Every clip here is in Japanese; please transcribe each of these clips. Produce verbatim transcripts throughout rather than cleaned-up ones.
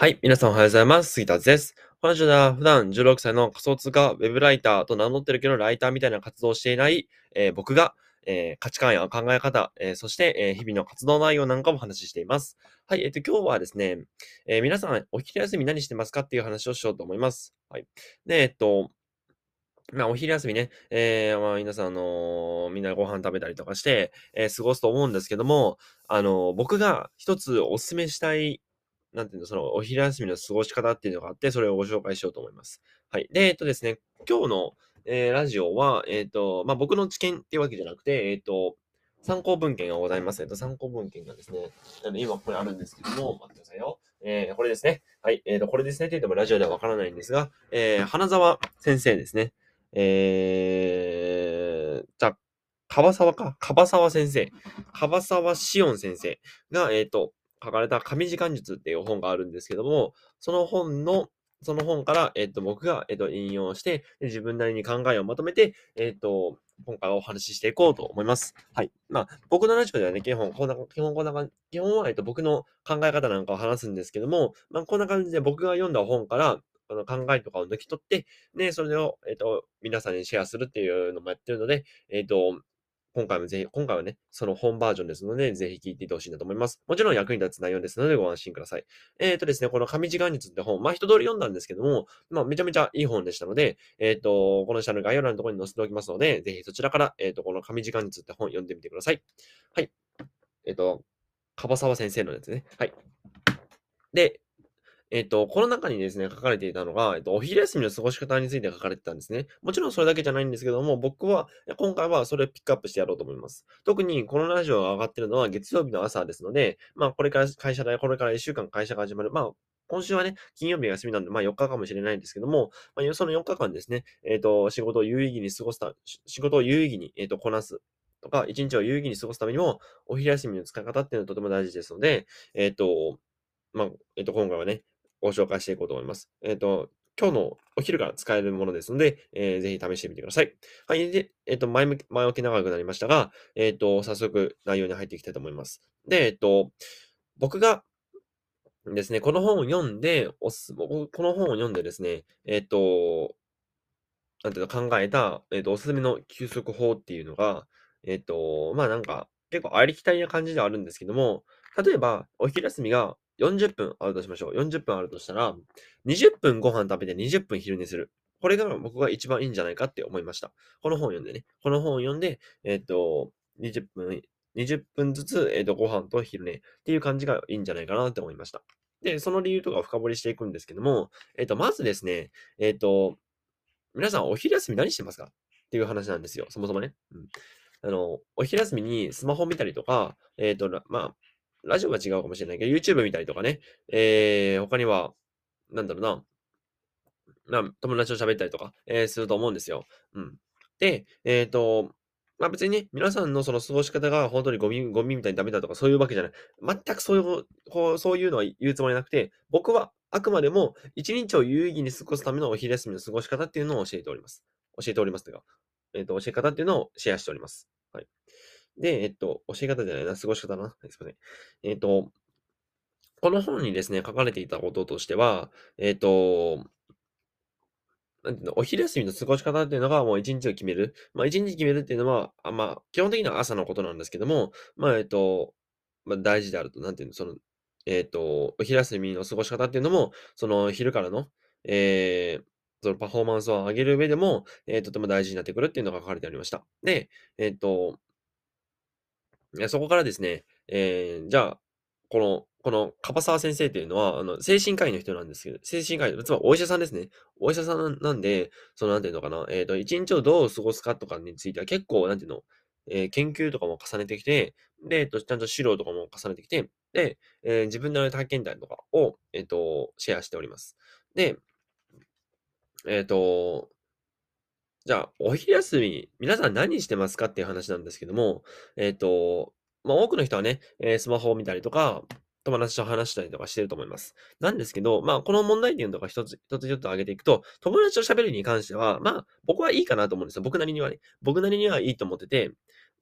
はい、皆さんおはようございます。杉田です。このラジオでは普段じゅうろくさいの仮想通貨ウェブライターと名乗ってるけど、ライターみたいな活動をしていない、えー僕が、えー価値観や考え方、えーそして、えー日々の活動内容なんかもお話ししています。はい、えっと、今日はですね、えー皆さんお昼休み何してますかっていう話をしようと思います。はい。で、えっと、まあ、お昼休みね、えーまあ、皆さん、あのーみんなでご飯食べたりとかして、えー過ごすと思うんですけども、あのー僕が一つお勧めしたい、なんていうの、その、お昼休みの過ごし方っていうのがあって、それをご紹介しようと思います。はい。で、えっとですね、今日の、えーラジオは、えっと、まあ、僕の知見っていうわけじゃなくて、えっと、参考文献がございます。えっと、参考文献がですね、あの今これあるんですけども、待ってくださいよ。えーこれですね。はい。えっと、これですねって言ってもラジオではわからないんですが、えー花沢先生ですね。えー、じゃあ、樺沢か。樺沢先生。樺沢紫音先生が、えっと、書かれた神時間術っていう本があるんですけども、その本の、その本から、えっと、僕が、えっと、引用して、で自分なりに考えをまとめて、えっと、今回はお話ししていこうと思います。はい。まあ、僕のラジオではね、基本、こんな、基本こんな感じ、基本は、えっと、僕の考え方なんかを話すんですけども、まあ、こんな感じで僕が読んだ本から、あの考えとかを抜き取って、で、それを、えっと、皆さんにシェアするっていうのもやってるので、えっと、今回もぜひ、今回はね、その本バージョンですので、ぜひ聞いていってほしいなと思います。もちろん役に立つ内容ですのでご安心ください。えっとですね、この神時間術って本、まあ一通り読んだんですけども、まあめちゃめちゃいい本でしたので、えっと、この下の概要欄のところに載せておきますので、ぜひそちらから、えっと、この神時間術って本読んでみてください。はい。えっと、樺沢先生のやつね。はい。で、えっと、この中にですね、書かれていたのが、えっと、お昼休みの過ごし方について書かれてたんですね。もちろんそれだけじゃないんですけども、僕は、今回はそれをピックアップしてやろうと思います。特にこのラジオが上がってるのは月曜日の朝ですので、まあ、これから会社で、これからいっしゅうかん会社が始まる。まあ、今週はね、金曜日が休みなんで、まあよっかかもしれないんですけども、まあ、そのよっかかんですね、えっと、仕事を有意義に過ごすた、し仕事を有意義に、えっと、こなす。とか、一日を有意義に過ごすためにも、お昼休みの使い方っていうのはとても大事ですので、えっと、まあ、えっと、今回はね、ご紹介していこうと思います。えっと、今日のお昼から使えるものですので、えーぜひ試してみてください。はい。で、えっと、前向き、前置き長くなりましたが、えっと、早速内容に入っていきたいと思います。で、えっと、僕がですね、この本を読んで、おす、僕この本を読んでですね、えっと、なんていうの、考えた、えっと、おすすめの休息法っていうのが、えっと、まあ、なんか、結構ありきたりな感じではあるんですけども、例えば、お昼休みがよんじゅっぷんあるとしましょう。よんじゅっぷんあるとしたら、にじゅっぷんご飯食べてにじゅっぷん昼寝する。これが僕が一番いいんじゃないかって思いました。この本を読んでね。この本を読んで、えっと、にじゅっぷん、にじゅっぷんずつ、えっと、ご飯と昼寝っていう感じがいいんじゃないかなって思いました。で、その理由とかを深掘りしていくんですけども、えっと、まずですね、えっと、皆さんお昼休み何してますかっていう話なんですよ、そもそもね。うん。あの、お昼休みにスマホ見たりとか、えっと、らまあ、ラジオは違うかもしれないけど、YouTube 見たりとかね、えー他には、なんだろうな、まあ、友達と喋ったりとか、えーすると思うんですよ。うん。で、えっと、まあ、別にね、皆さんのその過ごし方が本当にゴミゴミみたいにダメだとかそういうわけじゃない。全くそういうこう、そういうのは言うつもりなくて、僕はあくまでもいちにちを有意義に過ごすためのお昼休みの過ごし方っていうのを教えております。教えておりますというか、えっと、教え方っていうのをシェアしております。はい。で、えっと、教え方じゃないな、過ごし方だな。はいすいません。えっと、この本にですね、書かれていたこととしては、えっとなんていうの、お昼休みの過ごし方っていうのが、もういちにちを決める。まあ、いちにち決めるっていうのは、あ、まあ、基本的には朝のことなんですけども、まあ、えっと、まあ、大事であると、なんていうの、その、えっと、お昼休みの過ごし方っていうのも、その、昼からの、えーそのパフォーマンスを上げる上でも、えーとても大事になってくるっていうのが書かれてありました。で、えっと、いや、そこからですね、えーじゃあ、この、この、樺沢先生っていうのは、あの、精神科医の人なんですけど、精神科医、つまりお医者さんですね。お医者さんなんで、その、なんていうのかな、えっと、一日をどう過ごすかとかについては結構、なんていうの、えー研究とかも重ねてきて、で、えっと、ちゃんと資料とかも重ねてきて、で、えー自分なりの体験談とかを、えっと、シェアしております。で、えっと、じゃあ、お昼休み、皆さん何してますかっていう話なんですけども、えっと、まあ、多くの人はね、えースマホを見たりとか、友達と話したりとかしてると思います。なんですけど、まあ、この問題点とか一つ、一つ一つ挙げていくと、友達と喋るに関しては、まあ、僕はいいかなと思うんですよ。僕なりにはね。僕なりにはいいと思ってて、まあ、な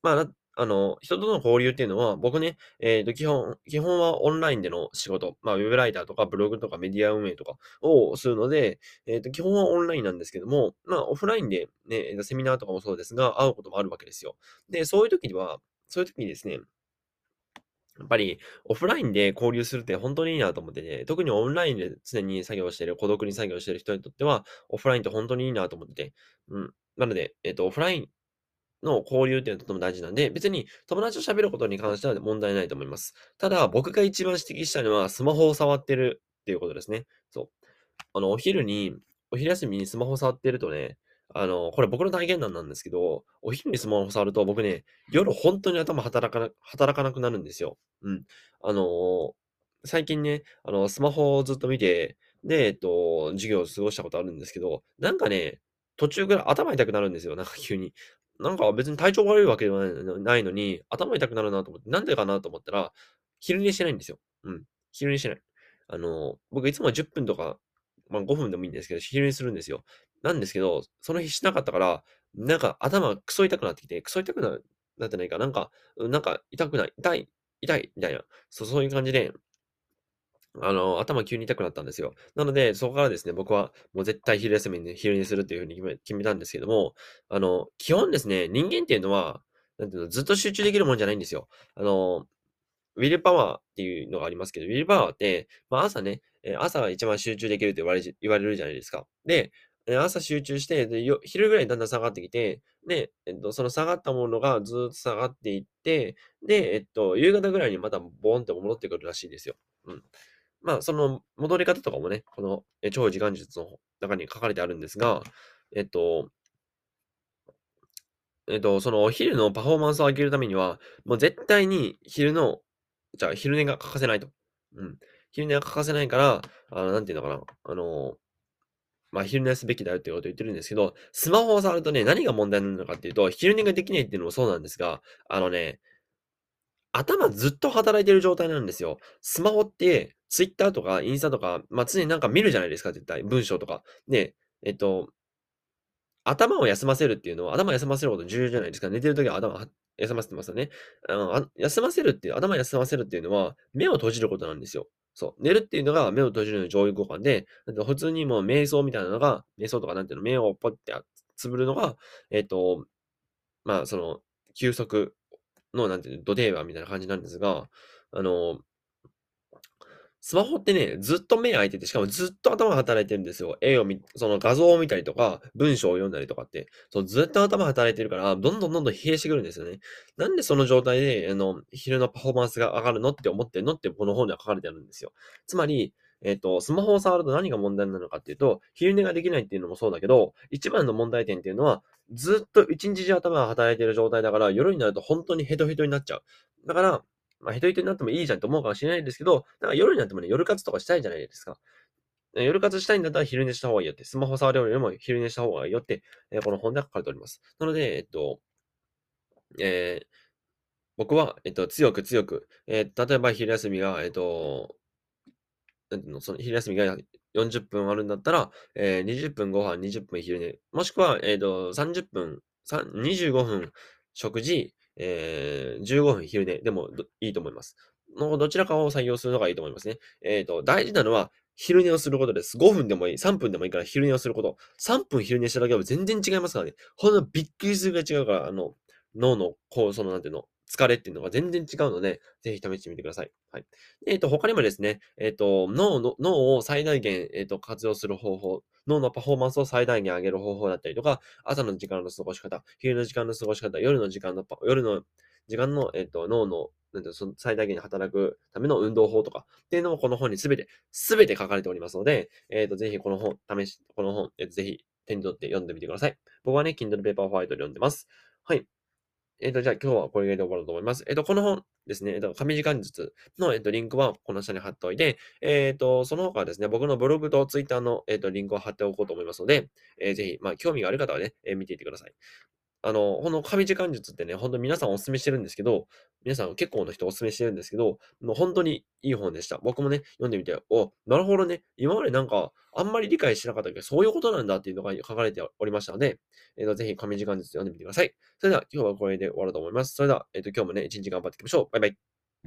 あの、人との交流っていうのは、僕ね、えっと、基本基本はオンラインでの仕事、まあ、ウェブライターとかブログとかメディア運営とかをするので、えっと、基本はオンラインなんですけども、まあ、オフラインでね、えっとセミナーとかもそうですが、会うこともあるわけですよ。で、そういう時にはそういう時にですね、やっぱりオフラインで交流するって本当にいいなと思ってて、特にオンラインで常に作業してる、孤独に作業してる人にとっては、オフラインって本当にいいなと思ってて、うん。なので、えっと、オフラインの交流っていうのはとても大事なんで、別に友達と喋ることに関しては問題ないと思います。ただ、僕が一番指摘したいのは、スマホを触ってるっていうことですね。そう。あの、お昼に、お昼休みにスマホ触ってるとね、あの、これ僕の体験談なんですけど、お昼にスマホ触ると僕ね、夜本当に頭働かな働かなくなるんですよ。うん。あの、最近ね、あの、スマホをずっと見て、で、えっと、授業を過ごしたことあるんですけど、なんかね、途中から頭痛くなるんですよ、なんか急に。なんか別に体調悪いわけではないのないのに、頭痛くなるなと思って、なんでかなと思ったら、昼寝してないんですよ。うん。昼寝してない。あの、僕いつもはじゅっぷんとかまあ、ごふんでもいいんですけど、昼寝するんですよ。なんですけど、その日しなかったから、なんか頭クソ痛くなってきて、クソ痛くななってないか、なんか、うん、なんか痛くない、痛い、痛いみたいな、そうそういう感じで、あの、頭急に痛くなったんですよ。なので、そこからですね、僕はもう絶対昼休みに昼寝するっていう風に決め決めたんですけども、あの、基本ですね、人間っていうのは、なんていうの、ずっと集中できるもんじゃないんですよ。あのウィルパワーっていうのがありますけど、ウィルパワーって、まあ、朝ね、え、朝が一番集中できると言われじ言われるじゃないですか。で、え、朝集中して、で、よ昼ぐらいにだんだん下がってきて、で、えっと、その下がったものがずっと下がっていって、で、えっと、夕方ぐらいにまたボーンって戻ってくるらしいですよ。うん。まあ、その戻り方とかもね、この、え、超時間術の中に書かれてあるんですが、えっとえっと、そのお昼のパフォーマンスを上げるためには、もう絶対に昼のじゃあ、昼寝が欠かせないと。うん。昼寝が欠かせないから、あの、なんていうのかな、あの、まあ、昼寝すべきだよっていうことを言ってるんですけど、スマホを触るとね、何が問題なのかっていうと、昼寝ができないっていうのもそうなんですが、あのね、頭ずっと働いてる状態なんですよ。スマホって、ツイッターとかインスタとか、まあ、常になんか見るじゃないですか、絶対。文章とか。で、えっと、頭を休ませるっていうのは、頭を休ませること重要じゃないですか。寝てるときは頭は休ませてますよね。あの、あ休ませるっていう、頭休ませるっていうのは、目を閉じることなんですよ。そう。寝るっていうのが目を閉じるの上位互換で、だって普通にもう瞑想みたいなのが、瞑想とかなんていうの、目をポッてつぶるのが、えっと、まあ、その、休息の、なんていうの、ド定番みたいな感じなんですが、あの、スマホってね、ずっと目開いてて、しかもずっと頭が働いてるんですよ。絵を見その画像を見たりとか、文章を読んだりとかって、そう、ずっと頭働いてるから、どんどんどんどん疲弊してくるんですよね。なんでその状態で、あの、昼のパフォーマンスが上がるのって思ってんのって、この本では書かれてあるんですよ。つまり、えっと、スマホを触ると何が問題なのかっていうと、昼寝ができないっていうのもそうだけど、一番の問題点っていうのは、ずっと一日中頭が働いている状態だから、夜になると本当にヘトヘトになっちゃう。だから、まあ、ヘトヘトになってもいいじゃんと思うかもしれないですけど、なんか夜になってもね、夜活とかしたいじゃないですか。夜活したいんだったら昼寝した方がいいよって、スマホ触るよりも昼寝した方がいいよって、えーこの本では書かれております。なので、えっと、えー僕は、えっと、強く強く、えー例えば昼休みが、えっと、なんていうの、その昼休みがよんじゅっぷんあるんだったら、えー、にじゅっぷんご飯、にじゅっぷん昼寝、もしくは、えっと、さんじゅっぷん、さんにじゅうごふん食事、えー、じゅうごふん昼寝でもどいいと思います。のどちらかを採用するのがいいと思いますね。えっと、大事なのは昼寝をすることです。ごふんでもいい、さんぷんでもいいから昼寝をすること。さんぷん昼寝しただけでも全然違いますからね。ほんとびっくりするぐらい違うから、あの、脳の、こう、その、なんていうの、疲れっていうのが全然違うので、ぜひ試してみてください。はい。えっと、他にもですね、えっと、脳の脳を最大限、えっと、活用する方法、脳のパフォーマンスを最大限上げる方法だったりとか、朝の時間の過ごし方、昼の時間の過ごし方、夜の時間のパ夜の時間の、えっと、脳の、なんていうの、その最大限に働くための運動法とかっていうのもこの本にすべて、すべて書かれておりますので、えっと、ぜひこの本、試しこの本、えっと、ぜひ手に取って読んでみてください。僕はね、Kindle Paperwhite で読んでます。はい。えっと、じゃあ今日はこれで終わろうと思います。えっと、この本ですね、えっと、紙時間術の、えっと、リンクはこの下に貼っておいて、えっと、その他はですね、僕のブログとツイッターの、えっと、リンクを貼っておこうと思いますので、えーぜひ、まあ、興味がある方はね、えー見ていってください。 あの、この神時間術ってね、ほんと皆さんお勧めしてるんですけど、皆さん結構の人お勧めしてるんですけど、もうほんとにいい本でした。僕もね、読んでみて、お、なるほどね、今までなんか、あんまり理解してなかったけど、そういうことなんだっていうのが書かれておりましたので、えっと、ぜひ神時間術読んでみてください。それでは今日はこれで終わろうと思います。それでは、えっと、今日もね、いちにち頑張っていきましょう。バイバイ。